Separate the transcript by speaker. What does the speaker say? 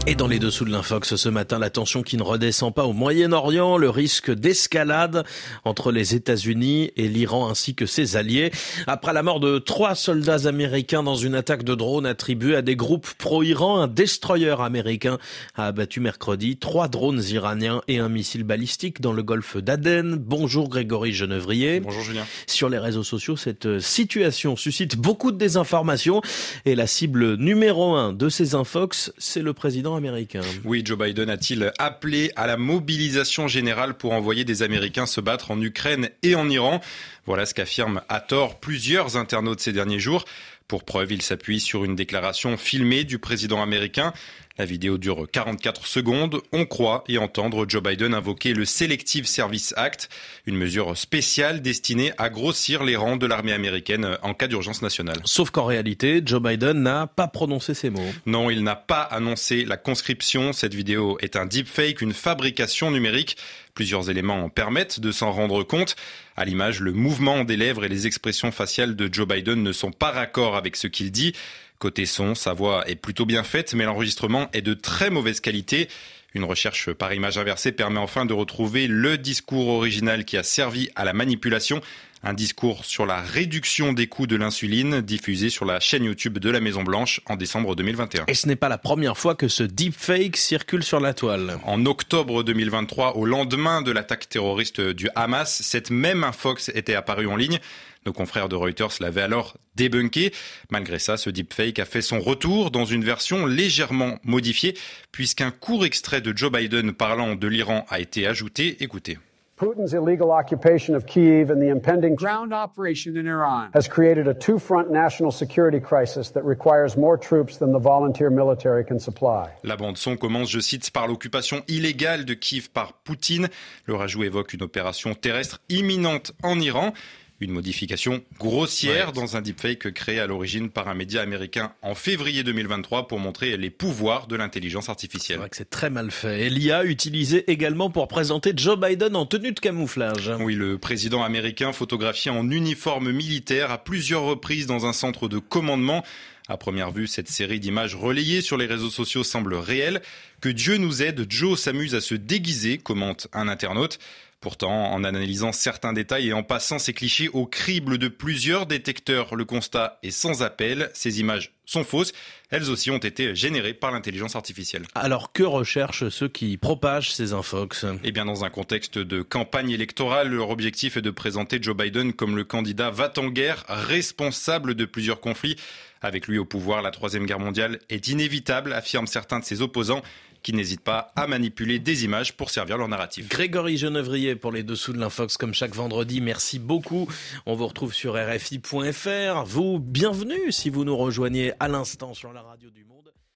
Speaker 1: Et dans les dessous de l'Infox ce matin, la tension qui ne redescend pas au Moyen-Orient, le risque d'escalade entre les États-Unis et l'Iran ainsi que ses alliés. Après la mort de 3 soldats américains dans une attaque de drone attribuée à des groupes pro-Iran, un destroyer américain a abattu mercredi 3 drones iraniens et un missile balistique dans le golfe d'Aden. Bonjour Grégory Genevrier.
Speaker 2: Bonjour Julien.
Speaker 1: Sur les réseaux sociaux, cette situation suscite beaucoup de désinformation et la cible numéro 1 de ces infox, c'est le président américain.
Speaker 2: Oui, Joe Biden a-t-il appelé à la mobilisation générale pour envoyer des Américains se battre en Ukraine et en Iran? Voilà ce qu'affirment à tort plusieurs internautes ces derniers jours. Pour preuve, il s'appuie sur une déclaration filmée du président américain. La vidéo dure 44 secondes. On croit y entendre Joe Biden invoquer le Selective Service Act, une mesure spéciale destinée à grossir les rangs de l'armée américaine en cas d'urgence nationale.
Speaker 1: Sauf qu'en réalité, Joe Biden n'a pas prononcé ces mots.
Speaker 2: Non, il n'a pas annoncé la conscription. Cette vidéo est un deepfake, une fabrication numérique. Plusieurs éléments permettent de s'en rendre compte. À l'image, le mouvement des lèvres et les expressions faciales de Joe Biden ne sont pas raccords avec ce qu'il dit. Côté son, sa voix est plutôt bien faite, mais l'enregistrement est de très mauvaise qualité. Une recherche par image inversée permet enfin de retrouver le discours original qui a servi à la manipulation. Un discours sur la réduction des coûts de l'insuline diffusé sur la chaîne YouTube de la Maison-Blanche en décembre 2021.
Speaker 1: Et ce n'est pas la première fois que ce deepfake circule sur la toile.
Speaker 2: En octobre 2023, au lendemain de l'attaque terroriste du Hamas, cette même infox était apparue en ligne. Nos confrères de Reuters l'avaient alors débunké. Malgré ça, ce deepfake a fait son retour dans une version légèrement modifiée, puisqu'un court extrait de Joe Biden parlant de l'Iran a été ajouté. Écoutez.
Speaker 3: Putin's illegal occupation of Kyiv and the impending
Speaker 4: ground operation in Iran
Speaker 3: has created a two-front national security crisis that requires more troops than the volunteer military can supply.
Speaker 2: La bande-son commence, je cite, par l'occupation illégale de Kyiv par Poutine. Le rajout évoque une opération terrestre imminente en Iran. Une modification grossière dans un deepfake créé à l'origine par un média américain en février 2023 pour montrer les pouvoirs de l'intelligence artificielle.
Speaker 1: C'est vrai que c'est très mal fait. Et l'IA utilisée également pour présenter Joe Biden en tenue de camouflage.
Speaker 2: Oui, le président américain photographié en uniforme militaire à plusieurs reprises dans un centre de commandement. À première vue, cette série d'images relayées sur les réseaux sociaux semble réelle. Que Dieu nous aide, Joe s'amuse à se déguiser, commente un internaute. Pourtant, en analysant certains détails et en passant ces clichés au crible de plusieurs détecteurs, le constat est sans appel. Ces images sont fausses. Elles aussi ont été générées par l'intelligence artificielle.
Speaker 1: Alors que recherchent ceux qui propagent ces infox?
Speaker 2: Eh bien, dans un contexte de campagne électorale, leur objectif est de présenter Joe Biden comme le candidat va-t-en-guerre, responsable de plusieurs conflits. Avec lui au pouvoir, la Troisième Guerre mondiale est inévitable, affirment certains de ses opposants, qui n'hésitent pas à manipuler des images pour servir leur narratif.
Speaker 1: Grégory Genevrier pour les dessous de l'Infox comme chaque vendredi. Merci beaucoup. On vous retrouve sur RFI.fr. Vous, bienvenue si vous nous rejoignez à l'instant sur la radio du Monde.